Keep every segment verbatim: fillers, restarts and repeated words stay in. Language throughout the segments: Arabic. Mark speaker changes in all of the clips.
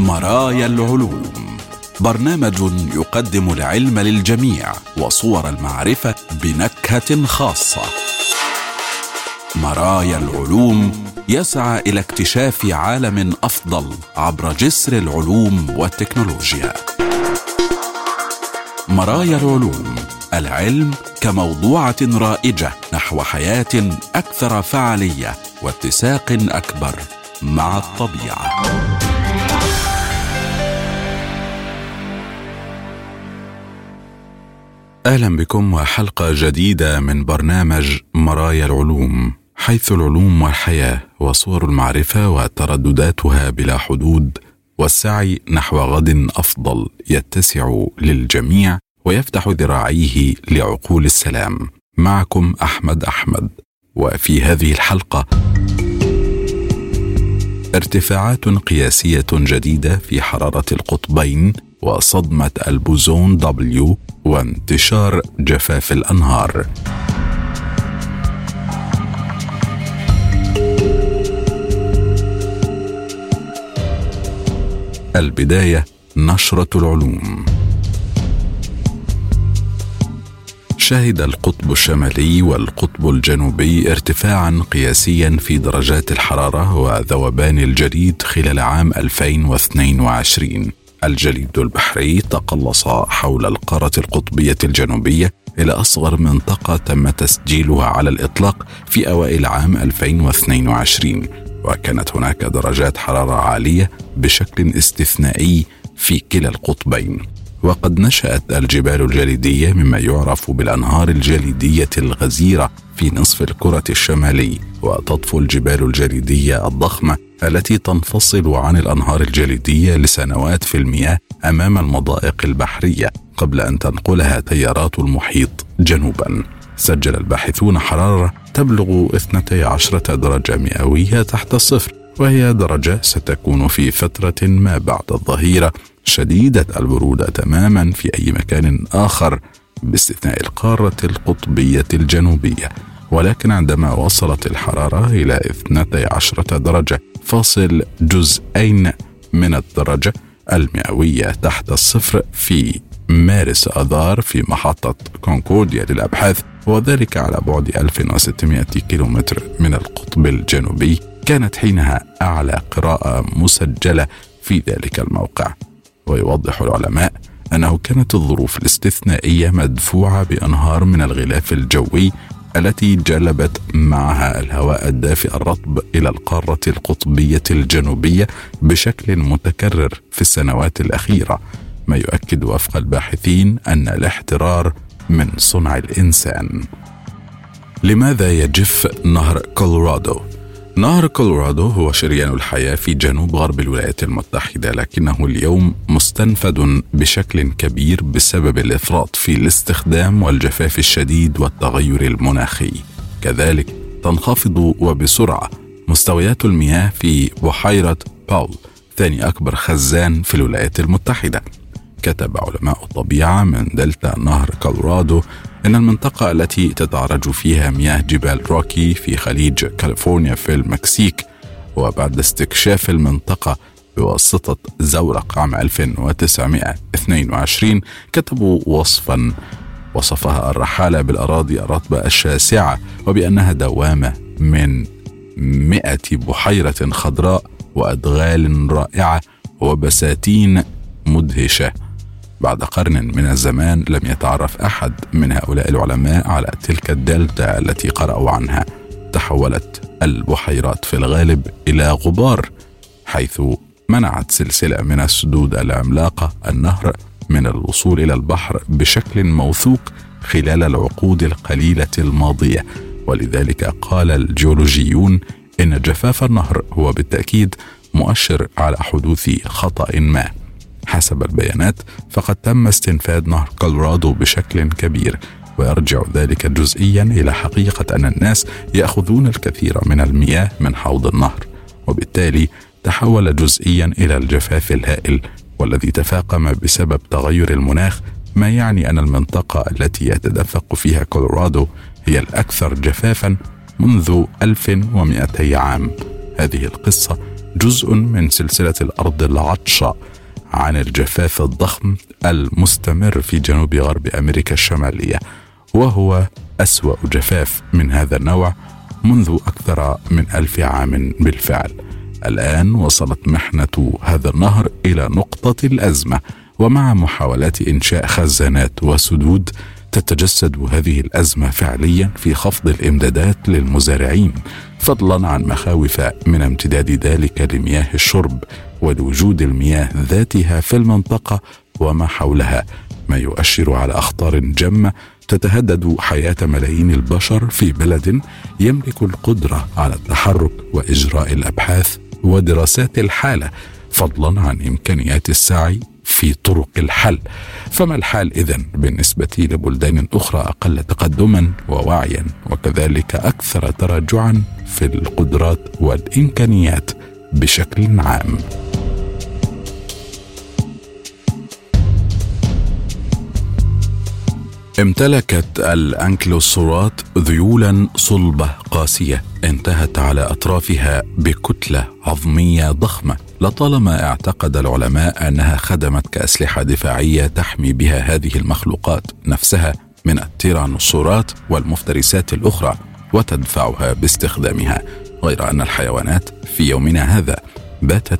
Speaker 1: مرايا العلوم، برنامج يقدم العلم للجميع وصور المعرفة بنكهة خاصة. مرايا العلوم يسعى إلى اكتشاف عالم أفضل عبر جسر العلوم والتكنولوجيا. مرايا العلوم، العلم كموضوعة رائجة نحو حياة أكثر فعالية واتساق أكبر مع الطبيعة. أهلا بكم وحلقة جديدة من برنامج مرايا العلوم، حيث العلوم والحياة وصور المعرفة وتردداتها بلا حدود، والسعي نحو غد أفضل يتسع للجميع ويفتح ذراعيه لعقول السلام. معكم أحمد أحمد. وفي هذه الحلقة ارتفاعات قياسية جديدة في حرارة القطبين، وصدمة البوزون دبليو، وانتشار جفاف الأنهار. البداية نشرة العلوم. شهد القطب الشمالي والقطب الجنوبي ارتفاعا قياسيا في درجات الحرارة وذوبان الجليد خلال عام ألفين واثنين وعشرين. الجليد البحري تقلص حول القارة القطبية الجنوبية إلى أصغر منطقة تم تسجيلها على الإطلاق في أوائل عام ألفين واثنين وعشرين، وكانت هناك درجات حرارة عالية بشكل استثنائي في كلا القطبين. وقد نشأت الجبال الجليدية مما يعرف بالأنهار الجليدية الغزيرة في نصف الكرة الشمالي، وتطفو الجبال الجليدية الضخمة التي تنفصل عن الأنهار الجليدية لسنوات في المياه أمام المضائق البحرية قبل أن تنقلها تيارات المحيط جنوبا. سجل الباحثون حرارة تبلغ اثنتي عشرة درجة مئوية تحت الصفر، وهي درجة ستكون في فترة ما بعد الظهيرة شديدة البرودة تماما في أي مكان آخر باستثناء القارة القطبية الجنوبية. ولكن عندما وصلت الحرارة إلى اثنتي عشرة درجة فاصل جزئين من الدرجة المئوية تحت الصفر في مارس آذار في محطة كونكورديا للأبحاث، وذلك على بعد ألف وستمائة كيلومتر من القطب الجنوبي، كانت حينها أعلى قراءة مسجلة في ذلك الموقع. ويوضح العلماء أنه كانت الظروف الاستثنائية مدفوعة بأنهار من الغلاف الجوي التي جلبت معها الهواء الدافئ الرطب إلى القارة القطبية الجنوبية بشكل متكرر في السنوات الأخيرة، ما يؤكد وفق الباحثين أن الاحترار من صنع الإنسان. لماذا يجف نهر كولورادو؟ نهر كولورادو هو شريان الحياة في جنوب غرب الولايات المتحدة، لكنه اليوم مستنفد بشكل كبير بسبب الإفراط في الاستخدام والجفاف الشديد والتغير المناخي. كذلك تنخفض وبسرعة مستويات المياه في بحيرة باول، ثاني أكبر خزان في الولايات المتحدة. كتب علماء الطبيعة من دلتا نهر كولورادو إن المنطقة التي تتعرج فيها مياه جبال روكي في خليج كاليفورنيا في المكسيك، وبعد استكشاف المنطقة بواسطة زورق عام ألف وتسعمائة واثنين وعشرين، كتبوا وصفا وصفها الرحالة بالأراضي الرطبة الشاسعة، وبأنها دوامة من مئة بحيرة خضراء وأدغال رائعة وبساتين مدهشة. بعد قرن من الزمان لم يتعرف أحد من هؤلاء العلماء على تلك الدلتا التي قرأوا عنها. تحولت البحيرات في الغالب إلى غبار، حيث منعت سلسلة من السدود العملاقة النهر من الوصول إلى البحر بشكل موثوق خلال العقود القليلة الماضية. ولذلك قال الجيولوجيون إن جفاف النهر هو بالتأكيد مؤشر على حدوث خطأ ما. حسب البيانات فقد تم استنفاد نهر كولورادو بشكل كبير، ويرجع ذلك جزئيا إلى حقيقة أن الناس يأخذون الكثير من المياه من حوض النهر، وبالتالي تحول جزئيا إلى الجفاف الهائل والذي تفاقم بسبب تغير المناخ، ما يعني أن المنطقة التي يتدفق فيها كولورادو هي الأكثر جفافا منذ ألف ومئتي عام. هذه القصة جزء من سلسلة الأرض العطشة عن الجفاف الضخم المستمر في جنوب غرب أمريكا الشمالية، وهو أسوأ جفاف من هذا النوع منذ أكثر من ألف عام بالفعل. الآن وصلت محنة هذا النهر إلى نقطة الأزمة، ومع محاولات إنشاء خزانات وسدود تتجسد هذه الأزمة فعليا في خفض الإمدادات للمزارعين، فضلا عن مخاوف من امتداد ذلك لمياه الشرب ولوجود المياه ذاتها في المنطقة وما حولها، ما يؤشر على أخطار جمة تتهدد حياة ملايين البشر في بلد يملك القدرة على التحرك وإجراء الأبحاث ودراسات الحالة، فضلا عن إمكانيات السعي في طرق الحل. فما الحال إذن بالنسبة لبلدان أخرى أقل تقدما ووعيا وكذلك أكثر تراجعا في القدرات والإمكانيات بشكل عام؟ امتلكت الأنكيلوسورات ذيولا صلبة قاسية انتهت على أطرافها بكتلة عظمية ضخمة، لطالما اعتقد العلماء أنها خدمت كأسلحة دفاعية تحمي بها هذه المخلوقات نفسها من التيرانوسورات والمفترسات الأخرى وتدفعها باستخدامها، غير أن الحيوانات في يومنا هذا باتت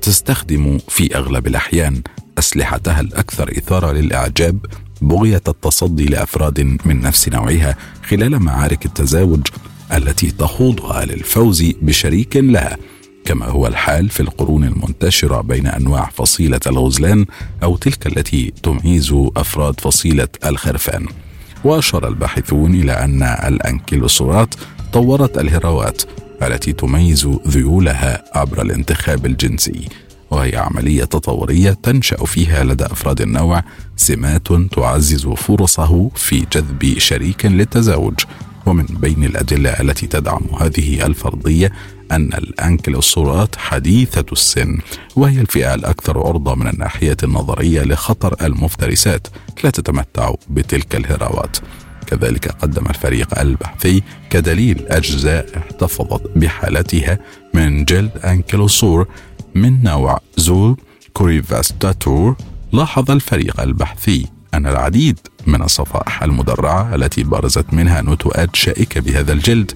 Speaker 1: تستخدم في أغلب الأحيان أسلحتها الأكثر إثارة للإعجاب بغية التصدي لأفراد من نفس نوعها خلال معارك التزاوج التي تخوضها للفوز بشريك لها، كما هو الحال في القرون المنتشرة بين أنواع فصيلة الغزلان أو تلك التي تميز أفراد فصيلة الخرفان. وأشار الباحثون إلى أن الأنكيلوسورات طورت الهراوات التي تميز ذيولها عبر الانتخاب الجنسي، وهي عملية تطورية تنشأ فيها لدى أفراد النوع سمات تعزز فرصه في جذب شريك للتزاوج. ومن بين الأدلة التي تدعم هذه الفرضية أن الأنكيلوسورات حديثة السن، وهي الفئة الأكثر عرضة من الناحية النظرية لخطر المفترسات، لا تتمتع بتلك الهراوات. كذلك قدم الفريق البحثي كدليل أجزاء احتفظت بحالتها من جلد أنكيلوسور من نوع زو كوريفاستاتور. لاحظ الفريق البحثي أن العديد من الصفائح المدرعة التي برزت منها نتوءات شائكة بهذا الجلد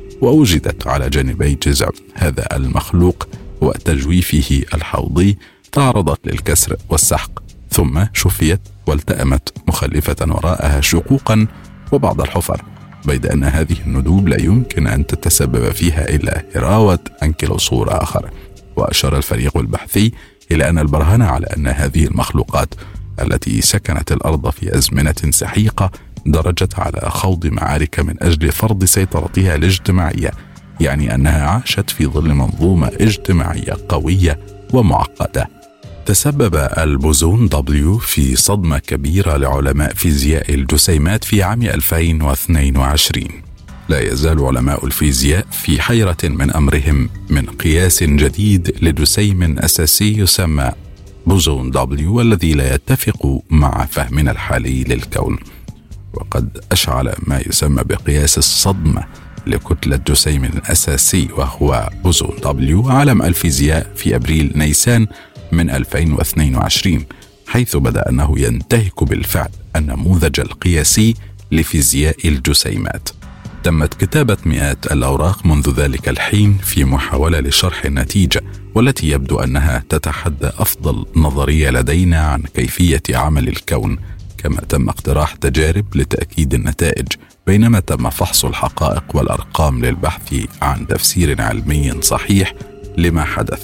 Speaker 1: ووجدت على جانبي جذع هذا المخلوق وتجويفه الحوضي تعرضت للكسر والسحق، ثم شفيت والتأمت مخلفة وراءها شقوقا وبعض الحفر، بيد أن هذه الندوب لا يمكن أن تتسبب فيها إلا هراوة أنكيلوسور آخر. وأشار الفريق البحثي إلى أن البرهان على أن هذه المخلوقات التي سكنت الأرض في أزمنة سحيقة درجت على خوض معارك من أجل فرض سيطرتها الاجتماعية، يعني أنها عاشت في ظل منظومة اجتماعية قوية ومعقدة. تسبب البوزون دبليو في صدمة كبيرة لعلماء فيزياء الجسيمات في عام ألفين واثنين وعشرين. لا يزال علماء الفيزياء في حيرة من أمرهم من قياس جديد لجسيم أساسي يسمى بوزون دبليو، والذي لا يتفق مع فهمنا الحالي للكون. وقد أشعل ما يسمى بقياس الصدمة لكتلة جسيم أساسي وهو بوزون دبليو عالم الفيزياء في أبريل نيسان من ألفين واثنين وعشرين، حيث بدأ أنه ينتهك بالفعل النموذج القياسي لفيزياء الجسيمات. تمت كتابة مئات الأوراق منذ ذلك الحين في محاولة لشرح النتيجة، والتي يبدو أنها تتحدى أفضل نظرية لدينا عن كيفية عمل الكون، كما تم اقتراح تجارب لتأكيد النتائج، بينما تم فحص الحقائق والأرقام للبحث عن تفسير علمي صحيح لما حدث.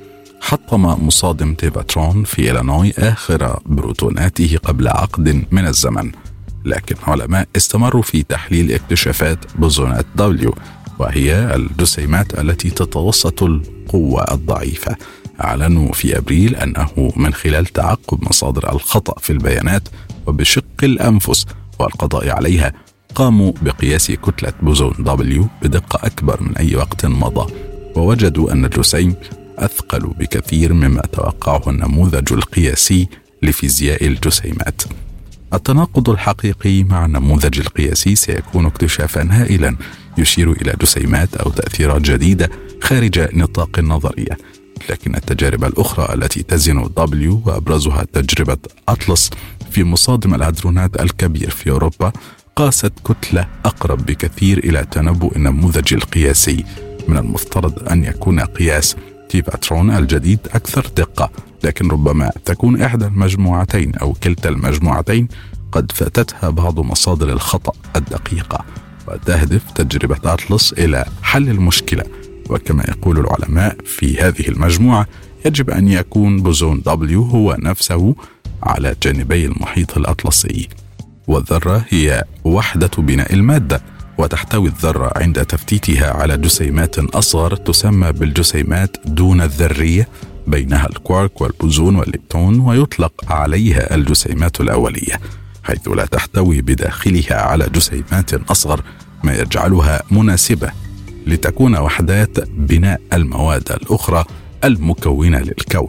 Speaker 1: حطم مصادم تيفاترون في إلينوي آخر بروتوناته قبل عقد من الزمن، لكن علماء استمروا في تحليل اكتشافات بوزونات دبليو، وهي الجسيمات التي تتوسط القوة الضعيفة. أعلنوا في أبريل أنه من خلال تعقب مصادر الخطأ في البيانات وبشق الأنفس والقضاء عليها قاموا بقياس كتلة بوزون دبليو بدقة أكبر من أي وقت مضى، ووجدوا أن الجسيم أثقل بكثير مما توقعه النموذج القياسي لفيزياء الجسيمات. التناقض الحقيقي مع النموذج القياسي سيكون اكتشافا هائلا يشير إلى جسيمات أو تأثيرات جديدة خارج نطاق النظرية، لكن التجارب الأخرى التي تزن دبليو وأبرزها تجربة أطلس في مصادم الهادرونات الكبير في أوروبا قاست كتلة أقرب بكثير إلى تنبؤ النموذج القياسي. من المفترض أن يكون قياس تيفاترون الجديد أكثر دقة، لكن ربما تكون إحدى المجموعتين أو كلتا المجموعتين قد فاتتها بعض مصادر الخطأ الدقيقة، وتهدف تجربة أطلس إلى حل المشكلة. وكما يقول العلماء في هذه المجموعة يجب أن يكون بوزون دبليو هو نفسه على جانبي المحيط الأطلسي. والذرة هي وحدة بناء المادة، وتحتوي الذرة عند تفتيتها على جسيمات أصغر تسمى بالجسيمات دون الذرية، بينها الكوارك والبوزون والليبتون، ويطلق عليها الجسيمات الأولية، حيث لا تحتوي بداخلها على جسيمات أصغر، ما يجعلها مناسبة لتكون وحدات بناء المواد الأخرى المكونة للكون.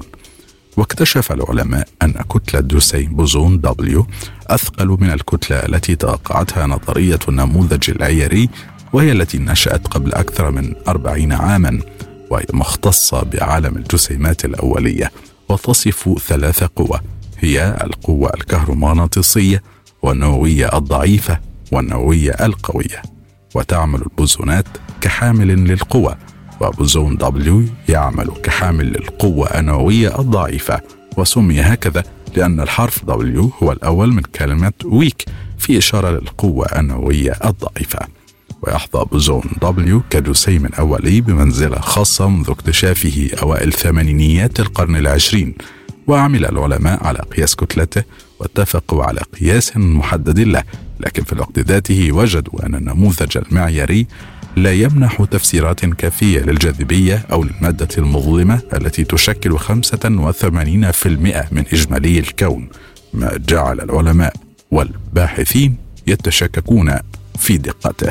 Speaker 1: واكتشف العلماء أن كتلة جسيم بوزون دبليو أثقل من الكتلة التي توقعتها نظرية النموذج العياري، وهي التي نشأت قبل أكثر من أربعين عاما، وهي مختصة بعالم الجسيمات الأولية، وتصف ثلاث قوى، هي القوة الكهرومغناطيسية والنووية الضعيفة والنووية القوية. وتعمل البوزونات كحامل للقوى، وبوزون دبليو يعمل كحامل للقوة النووية الضعيفة، وسمي هكذا لأن الحرف دبليو هو الأول من كلمة ويك في إشارة للقوة النووية الضعيفة. ويحظى بوزون دبليو كجسيم أولي بمنزلة خاصة منذ اكتشافه أوائل ثمانينيات القرن العشرين، وعمل العلماء على قياس كتلته واتفقوا على قياس محدد له، لكن في الوقت ذاته وجدوا أن النموذج المعياري لا يمنح تفسيرات كافية للجاذبية أو للمادة المظلمة التي تشكل خمسة وثمانين بالمئة من إجمالي الكون، ما جعل العلماء والباحثين يتشككون في دقته.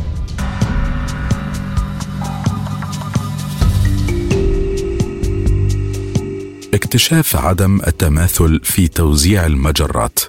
Speaker 1: اكتشاف عدم التماثل في توزيع المجرات.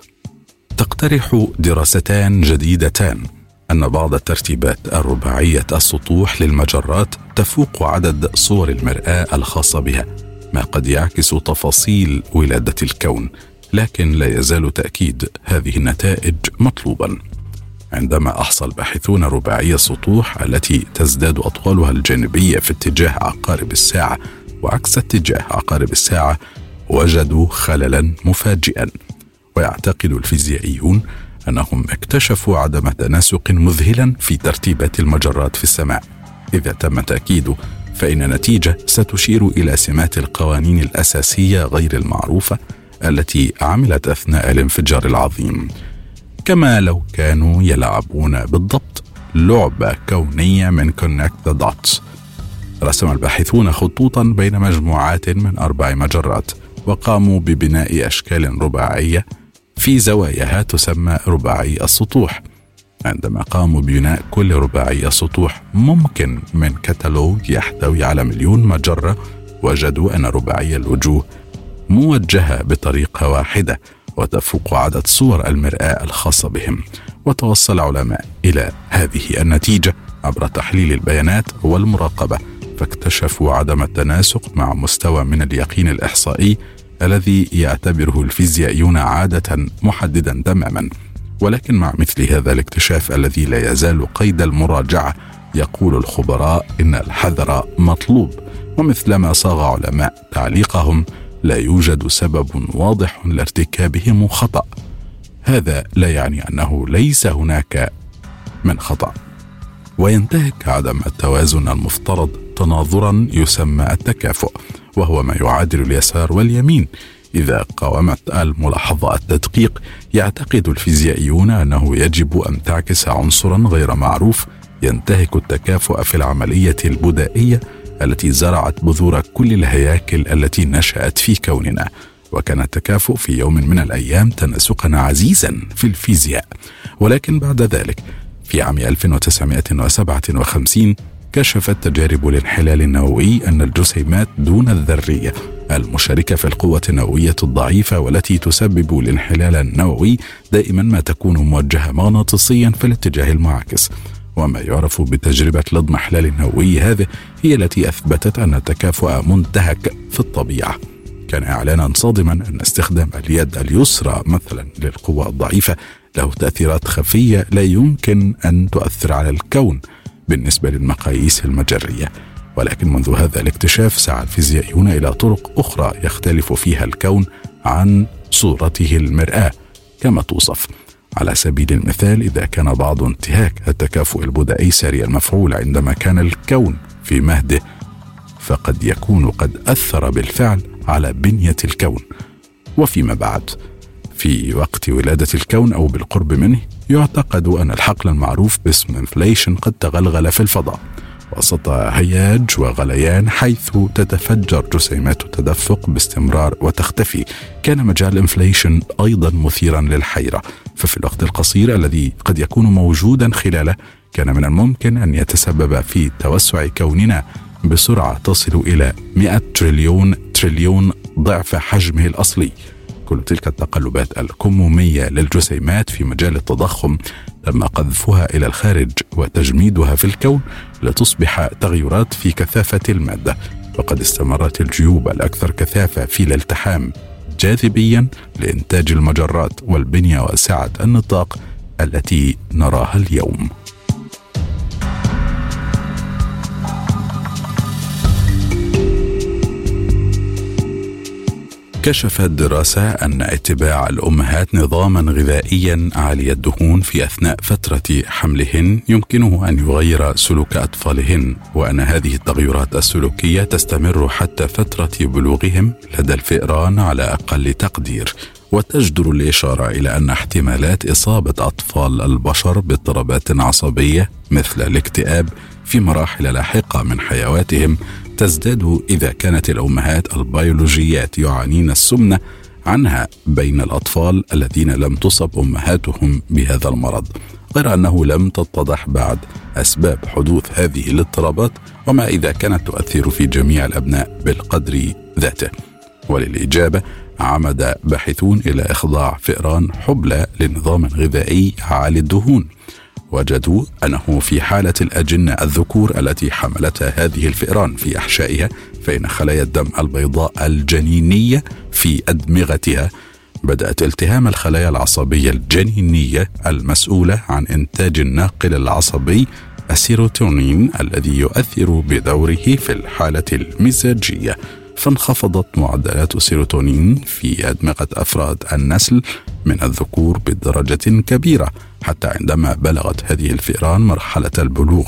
Speaker 1: تقترح دراستان جديدتان أن بعض الترتيبات الرباعية السطوح للمجرات تفوق عدد صور المرآة الخاصة بها، ما قد يعكس تفاصيل ولادة الكون، لكن لا يزال تأكيد هذه النتائج مطلوبا. عندما أحصى الباحثون رباعي السطوح التي تزداد أطوالها الجانبية في اتجاه عقارب الساعة وعكس اتجاه عقارب الساعة، وجدوا خللا مفاجئا. ويعتقد الفيزيائيون أنهم اكتشفوا عدم تناسق مذهلا في ترتيبات المجرات في السماء. إذا تم تأكيده فإن نتيجة ستشير إلى سمات القوانين الأساسية غير المعروفة التي عملت أثناء الانفجار العظيم، كما لو كانوا يلعبون بالضبط لعبة كونية من Connect the Dots. رسم الباحثون خطوطا بين مجموعات من أربع مجرات، وقاموا ببناء أشكال رباعية في زواياها تسمى رباعي السطوح. عندما قاموا ببناء كل رباعي السطوح ممكن من كتالوج يحتوي على مليون مجرة، وجدوا أن رباعي الوجوه موجهة بطريقة واحدة وتفوق عدد صور المرآة الخاصة بهم. وتوصل العلماء إلى هذه النتيجة عبر تحليل البيانات والمراقبة، فاكتشفوا عدم التناسق مع مستوى من اليقين الإحصائي الذي يعتبره الفيزيائيون عادة محددا تماما. ولكن مع مثل هذا الاكتشاف الذي لا يزال قيد المراجعة، يقول الخبراء إن الحذر مطلوب. ومثلما صاغ علماء تعليقهم، لا يوجد سبب واضح لارتكابهم خطأ. هذا لا يعني أنه ليس هناك من خطأ. وينتهك عدم التوازن المفترض تناظرا يسمى التكافؤ، وهو ما يعادل اليسار واليمين. إذا قاومت الملاحظة التدقيق، يعتقد الفيزيائيون أنه يجب أن تعكس عنصرا غير معروف ينتهك التكافؤ في العملية البدائية التي زرعت بذور كل الهياكل التي نشأت في كوننا. وكان التكافؤ في يوم من الأيام تناسقا عزيزا في الفيزياء. ولكن بعد ذلك في عام ألف وتسعمائة وسبعة وخمسين كشفت تجارب الانحلال النووي أن الجسيمات دون الذرية المشاركة في القوة النووية الضعيفة والتي تسبب الانحلال النووي دائما ما تكون موجهة مغناطيسيا في الاتجاه المعاكس. وما يعرف بتجربة الاضمحلال النووي هذه هي التي أثبتت أن التكافؤ منتهك في الطبيعة. كان إعلانا صادما أن استخدام اليد اليسرى مثلا للقوة الضعيفة له تأثيرات خفية لا يمكن أن تؤثر على الكون بالنسبة للمقاييس المجرية، ولكن منذ هذا الاكتشاف سعى الفيزيائيون إلى طرق أخرى يختلف فيها الكون عن صورته المرآة كما توصف. على سبيل المثال، إذا كان بعض انتهاك التكافؤ البدائي سريع المفعول عندما كان الكون في مهده، فقد يكون قد أثر بالفعل على بنية الكون. وفيما بعد، في وقت ولادة الكون أو بالقرب منه، يعتقد أن الحقل المعروف باسم انفليشن قد تغلغل في الفضاء وسط هياج وغليان حيث تتفجر جسيمات التدفق باستمرار وتختفي. كان مجال انفليشن أيضا مثيرا للحيرة، ففي الوقت القصير الذي قد يكون موجودا خلاله كان من الممكن أن يتسبب في توسع كوننا بسرعة تصل إلى مئة تريليون تريليون ضعف حجمه الأصلي. كل تلك التقلبات الكمومية للجسيمات في مجال التضخم تم قذفها إلى الخارج وتجميدها في الكون لتصبح تغيرات في كثافة المادة، وقد استمرت الجيوب الأكثر كثافة في الالتحام جاذبيا لإنتاج المجرات والبنية واسعة النطاق التي نراها اليوم. كشفت دراسة أن اتباع الأمهات نظاما غذائيا عالي الدهون في أثناء فترة حملهن يمكنه أن يغير سلوك أطفالهن، وأن هذه التغيرات السلوكية تستمر حتى فترة بلوغهم لدى الفئران على أقل تقدير. وتجدر الإشارة إلى أن احتمالات إصابة أطفال البشر باضطرابات عصبية مثل الاكتئاب في مراحل لاحقة من حياتهم تزداد إذا كانت الأمهات البيولوجيات يعانين السمنة عنها بين الأطفال الذين لم تصب أمهاتهم بهذا المرض، غير أنه لم تتضح بعد أسباب حدوث هذه الاضطرابات وما إذا كانت تؤثر في جميع الأبناء بالقدر ذاته. وللإجابة عمد باحثون إلى إخضاع فئران حبلى لنظام غذائي عالي الدهون. وجدوا أنه في حالة الأجنة الذكور التي حملتها هذه الفئران في أحشائها، فإن خلايا الدم البيضاء الجنينية في أدمغتها بدأت التهام الخلايا العصبية الجنينية المسؤولة عن إنتاج الناقل العصبي السيروتونين الذي يؤثر بدوره في الحالة المزاجية، فانخفضت معدلات السيروتونين في أدمغة أفراد النسل من الذكور بدرجة كبيرة، حتى عندما بلغت هذه الفئران مرحلة البلوغ،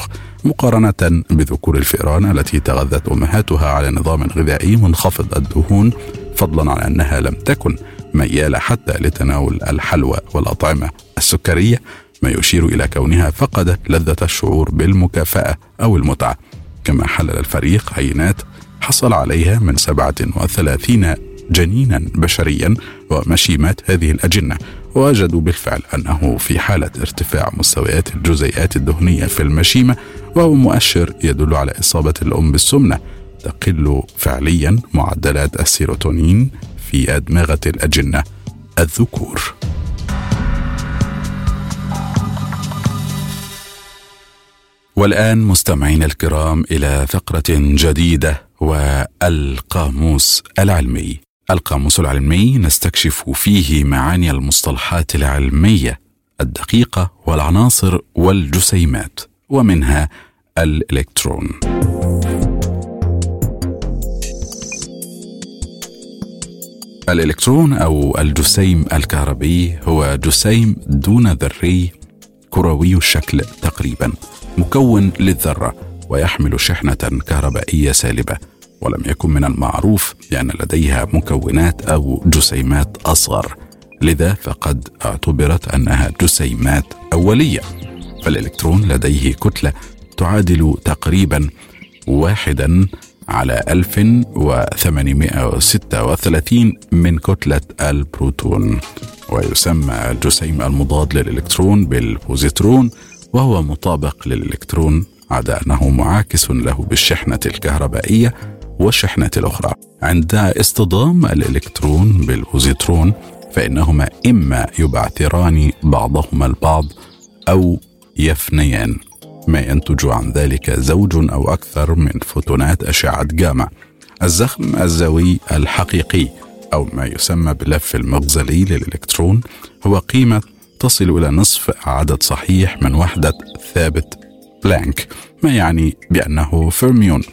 Speaker 1: مقارنة بذكور الفئران التي تغذت أمهاتها على نظام غذائي منخفض الدهون، فضلا عن أنها لم تكن ميالة حتى لتناول الحلوى والأطعمة السكرية، ما يشير إلى كونها فقدت لذة الشعور بالمكافأة أو المتعة. كما حلل الفريق عينات حصل عليها من سبعة وثلاثين جنينا بشريا ومشيمات هذه الأجنة، ووجدوا بالفعل أنه في حالة ارتفاع مستويات الجزيئات الدهنية في المشيمة، وهو مؤشر يدل على إصابة الأم بالسمنة، تقل فعليا معدلات السيروتونين في أدمغة الأجنة الذكور. والآن مستمعين الكرام إلى فقرة جديدة والقاموس العلمي. القاموس العلمي نستكشف فيه معاني المصطلحات العلمية الدقيقة والعناصر والجسيمات، ومنها الإلكترون. الإلكترون أو الجسيم الكهربي هو جسيم دون ذري كروي الشكل تقريبا، مكون للذرة ويحمل شحنة كهربائية سالبة، ولم يكن من المعروف بأن لديها مكونات أو جسيمات أصغر، لذا فقد اعتبرت أنها جسيمات أولية. فالإلكترون لديه كتلة تعادل تقريبا واحدا على ألف وثمانمائة وستة وثلاثين من كتلة البروتون، ويسمى الجسيم المضاد للإلكترون بالبوزيترون، وهو مطابق للإلكترون عدا أنه معاكس له بالشحنة الكهربائية والشحنة الأخرى. عند اصطدام الإلكترون بالبوزيترون فإنهما إما يبعثران بعضهما البعض أو يفنيان، ما ينتج عن ذلك زوج أو أكثر من فوتونات أشعة جاما. الزخم الزاوي الحقيقي أو ما يسمى باللف المغزلي للإلكترون هو قيمة تصل إلى نصف عدد صحيح من وحدة ثابت بلانك، ما يعني بأنه فيرميون.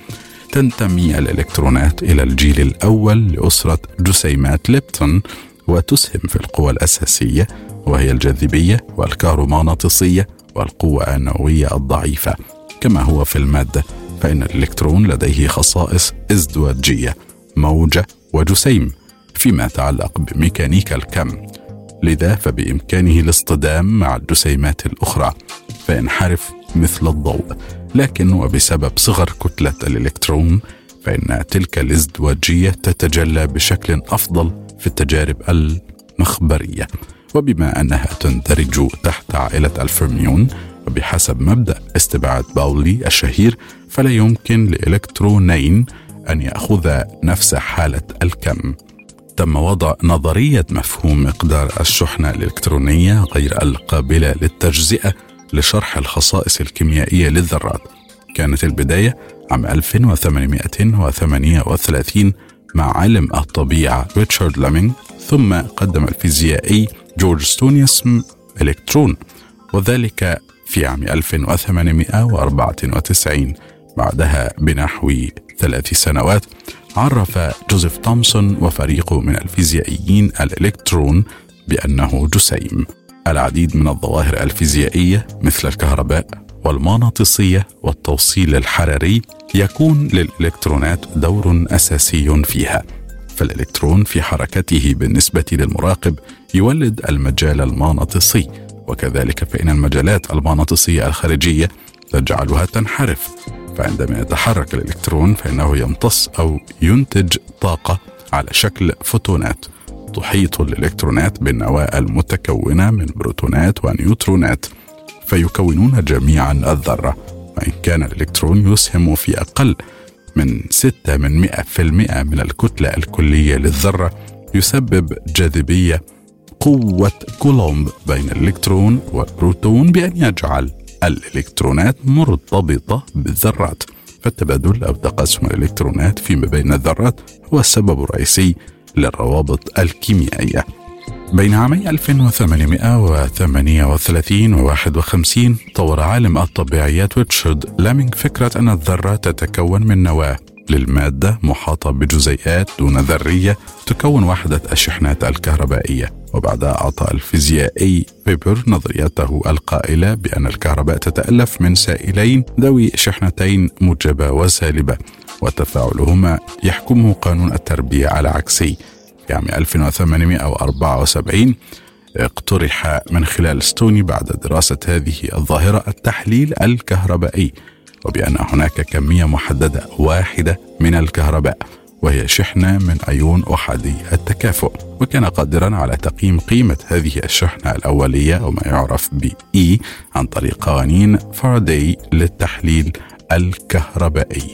Speaker 1: تنتمي الإلكترونات إلى الجيل الأول لأسرة جسيمات ليبتون، وتسهم في القوى الأساسية وهي الجاذبية والكهرومغناطيسية والقوة النووية الضعيفة. كما هو في المادة، فإن الإلكترون لديه خصائص ازدواجية، موجة وجسيم فيما يتعلق بميكانيكا الكم، لذا فبإمكانه الاصطدام مع الجسيمات الأخرى فينحرف مثل الضوء. لكن وبسبب صغر كتلة الإلكترون فإن تلك الازدواجية تتجلى بشكل أفضل في التجارب المخبرية. وبما أنها تندرج تحت عائلة الفيرميون، وبحسب مبدأ استبعاد باولي الشهير، فلا يمكن لإلكترونين أن يأخذ نفس حالة الكم. تم وضع نظرية مفهوم مقدار الشحنة الإلكترونية غير القابلة للتجزئة لشرح الخصائص الكيميائية للذرات. كانت البداية عام ألف وثمانمائة وثمانية وثلاثين مع علم الطبيعة ريتشارد لامينغ، ثم قدم الفيزيائي جورج ستوني اسم إلكترون، وذلك في عام ألف وثمانمائة وأربعة وتسعين. بعدها بنحو ثلاث سنوات عرف جوزيف تومسون وفريقه من الفيزيائيين الإلكترون بأنه جسيم. العديد من الظواهر الفيزيائية مثل الكهرباء والمغناطيسية والتوصيل الحراري يكون للإلكترونات دور أساسي فيها. فالإلكترون في حركته بالنسبة للمراقب يولد المجال المغناطيسي، وكذلك فإن المجالات المغناطيسية الخارجية تجعلها تنحرف. فعندما يتحرك الإلكترون فإنه يمتص أو ينتج طاقة على شكل فوتونات تحيط الإلكترونات بالنواة المتكونة من بروتونات ونيوترونات، فيكونون جميعا الذرة. وإن كان الإلكترون يسهم في أقل من ستة من مئة في المئة من الكتلة الكلية للذرة، يسبب جاذبية قوة كولومب بين الإلكترون والبروتون بأن يجعل الإلكترونات مرتبطة بالذرات. فالتبادل أو تقاسم الإلكترونات فيما بين الذرات هو السبب الرئيسي للروابط الكيميائية. بين عامي ألف وثمانمائة وثمانية وثلاثين وواحد وخمسين طور عالم الطبيعيات ريتشارد لامينغ فكرة أن الذرة تتكون من نواة للمادة محاطة بجزيئات دون ذرية تكون وحدة الشحنات الكهربائية. وبعدها أعطى الفيزيائي بيبر نظريته القائلة بأن الكهرباء تتألف من سائلين ذوي شحنتين موجبة وسالبة، وتفاعلهما يحكمه قانون التربيع العكسي. في عام ألف وثمانمائة وأربعة وسبعين اقترح من خلال ستوني بعد دراسة هذه الظاهرة التحليل الكهربائي، وبأن هناك كمية محددة واحدة من الكهرباء وهي شحنة من أيون أحادي التكافؤ، وكان قادرا على تقييم قيمة هذه الشحنة الأولية وما يعرف ب E عن طريق قوانين فاراداي للتحليل الكهربائي.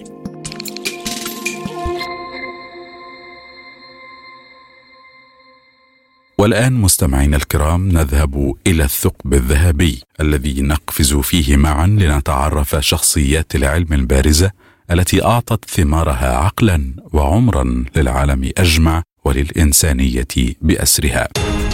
Speaker 1: والآن مستمعين الكرام نذهب إلى الثقب الذهبي الذي نقفز فيه معا لنتعرف شخصيات العلم البارزة التي أعطت ثمارها عقلا وعمرا للعالم أجمع وللإنسانية بأسرها.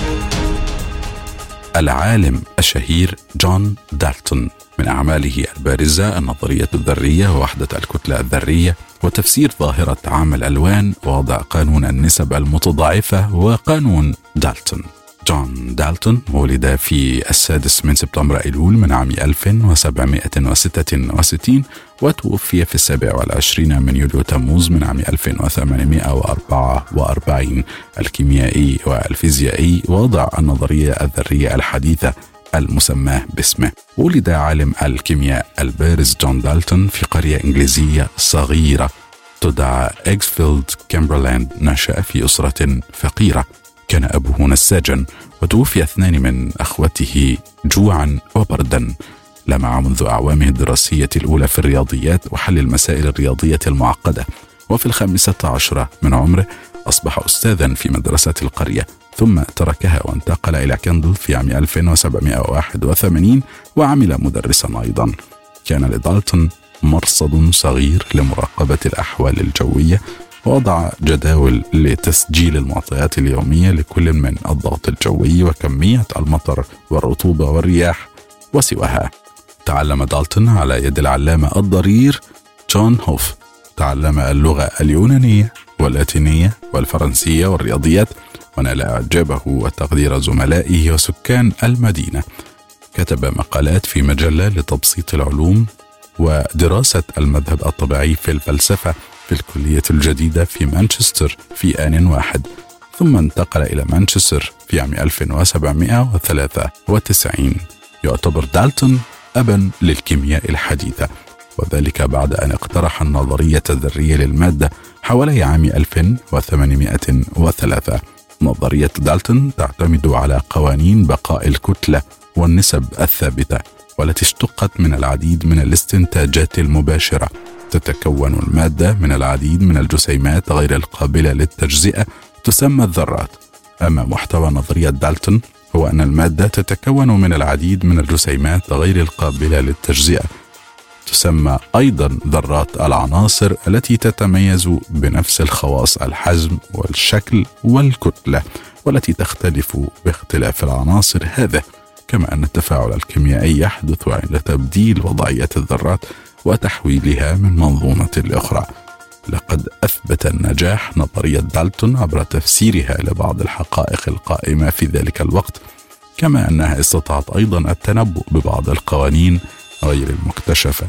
Speaker 1: العالم الشهير جون دالتون، من أعماله البارزة النظرية الذرية ووحدة الكتلة الذرية وتفسير ظاهرة عام الألوان ووضع قانون النسب المتضاعفة وقانون دالتون. جون دالتون ولد في السادس من سبتمبر أيلول من عام ألف وسبعمائة وستة وستين وتوفي في السابع والعشرين من يوليو تموز من عام ألف وثمانمائة وأربعة وأربعين. الكيميائي والفيزيائي وضع النظرية الذرية الحديثة المسماه باسمه. ولد عالم الكيمياء البارز جون دالتون في قرية إنجليزية صغيرة تدعى إكسفيلد كامبرلاند. نشأ في أسرة فقيرة، كان أبوه نساجا وتوفي اثنان من أخوته جوعا وبردا. لمع منذ أعوامه الدراسية الأولى في الرياضيات وحل المسائل الرياضية المعقدة، وفي الخامسة عشرة من عمره أصبح أستاذا في مدرسة القرية، ثم تركها وانتقل إلى كندل في عام ألف وسبعمائة وواحد وثمانين وعمل مدرسا أيضا. كان لدالتون مرصد صغير لمراقبة الأحوال الجوية، ووضع جداول لتسجيل المعطيات اليومية لكل من الضغط الجوي وكمية المطر والرطوبة والرياح وسواها. تعلم دالتون على يد العلامة الضرير جون هوف، تعلم اللغة اليونانية واللاتينية والفرنسية والرياضيات، ونال إعجابه وتقدير زملائه وسكان المدينة. كتب مقالات في مجلة لتبسيط العلوم ودراسة المذهب الطبيعي في الفلسفة في الكلية الجديدة في مانشستر في آن واحد، ثم انتقل إلى مانشستر في عام ألف وسبعمائة وثلاثة وتسعين. يعتبر دالتون أبا للكيمياء الحديثة، وذلك بعد أن اقترح النظرية الذرية للمادة حوالي عام ألف وثمانمائة وثلاثة. نظرية دالتون تعتمد على قوانين بقاء الكتلة والنسب الثابتة، والتي اشتقت من العديد من الاستنتاجات المباشرة. تتكون المادة من العديد من الجسيمات غير القابلة للتجزئة تسمى الذرات. أما محتوى نظرية دالتون هو أن المادة تتكون من العديد من الجسيمات غير القابلة للتجزئة تسمى أيضا ذرات العناصر، التي تتميز بنفس الخواص الحجم والشكل والكتلة، والتي تختلف باختلاف العناصر هذا. كما أن التفاعل الكيميائي يحدث عند تبديل وضعية الذرات وتحويلها من منظومة لأخرى. لقد أثبت النجاح نظرية دالتون عبر تفسيرها لبعض الحقائق القائمة في ذلك الوقت، كما أنها استطاعت أيضا التنبؤ ببعض القوانين غير المكتشفة.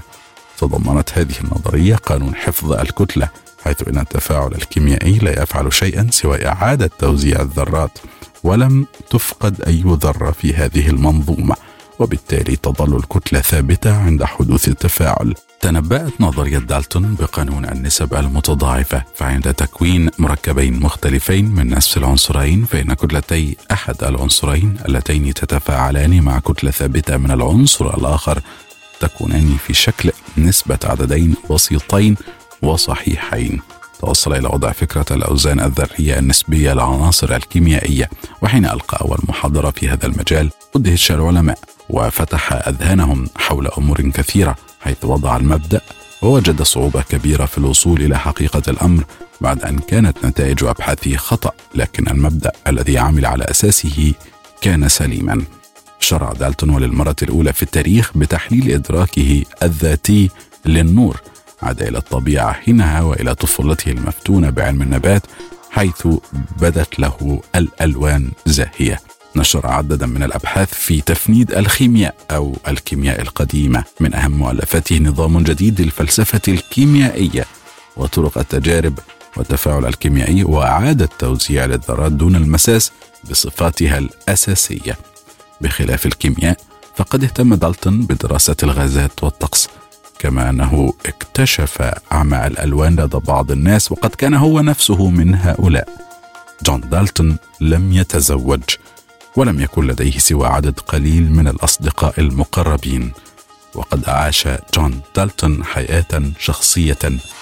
Speaker 1: تضمنت هذه النظرية قانون حفظ الكتلة، حيث أن التفاعل الكيميائي لا يفعل شيئا سوى إعادة توزيع الذرات، ولم تفقد أي ذرة في هذه المنظومة، وبالتالي تظل الكتلة ثابتة عند حدوث التفاعل. تنبأت نظرية دالتون بقانون النسب المتضاعفة، فعند تكوين مركبين مختلفين من نفس العنصرين، فإن كتلتي أحد العنصرين اللتين تتفاعلان مع كتلة ثابتة من العنصر الآخر تكونان في شكل نسبة عددين بسيطين وصحيحين. توصل إلى وضع فكرة الأوزان الذرية النسبية للعناصر الكيميائية. وحين ألقى أول محاضرة في هذا المجال أدهش العلماء وفتح أذهانهم حول أمور كثيرة، حيث وضع المبدأ ووجد صعوبة كبيرة في الوصول إلى حقيقة الأمر بعد أن كانت نتائج أبحاثه خطأ، لكن المبدأ الذي عمل على أساسه كان سليما. شرع دالتون وللمرة الأولى في التاريخ بتحليل إدراكه الذاتي للنور. عاد إلى الطبيعة حينها وإلى طفولته المفتونة بعلم النبات، حيث بدت له الألوان زاهية. نشر عددا من الأبحاث في تفنيد الخيمياء أو الكيمياء القديمة. من أهم مؤلفاته نظام جديد للفلسفة الكيميائية وطرق التجارب والتفاعل الكيميائي، وإعادة توزيع للذرات دون المساس بصفاتها الأساسية. بخلاف الكيمياء، فقد اهتم دالتون بدراسة الغازات والطقس، كما أنه اكتشف أعماء الألوان لدى بعض الناس، وقد كان هو نفسه من هؤلاء. جون دالتون لم يتزوج، ولم يكن لديه سوى عدد قليل من الأصدقاء المقربين، وقد عاش جون دالتون حياة شخصية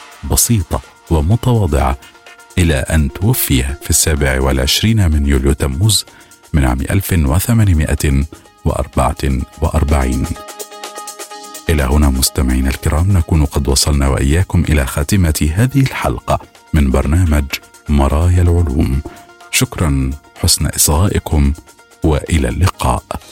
Speaker 1: بسيطة ومتواضعة إلى أن توفي في السابع والعشرين من يوليو تموز من عام ألف وثمانمائة وأربعة وأربعين. إلى هنا مستمعين الكرام نكون قد وصلنا وإياكم إلى خاتمة هذه الحلقة من برنامج مرايا العلوم. شكرا حسن إصغائكم وإلى اللقاء.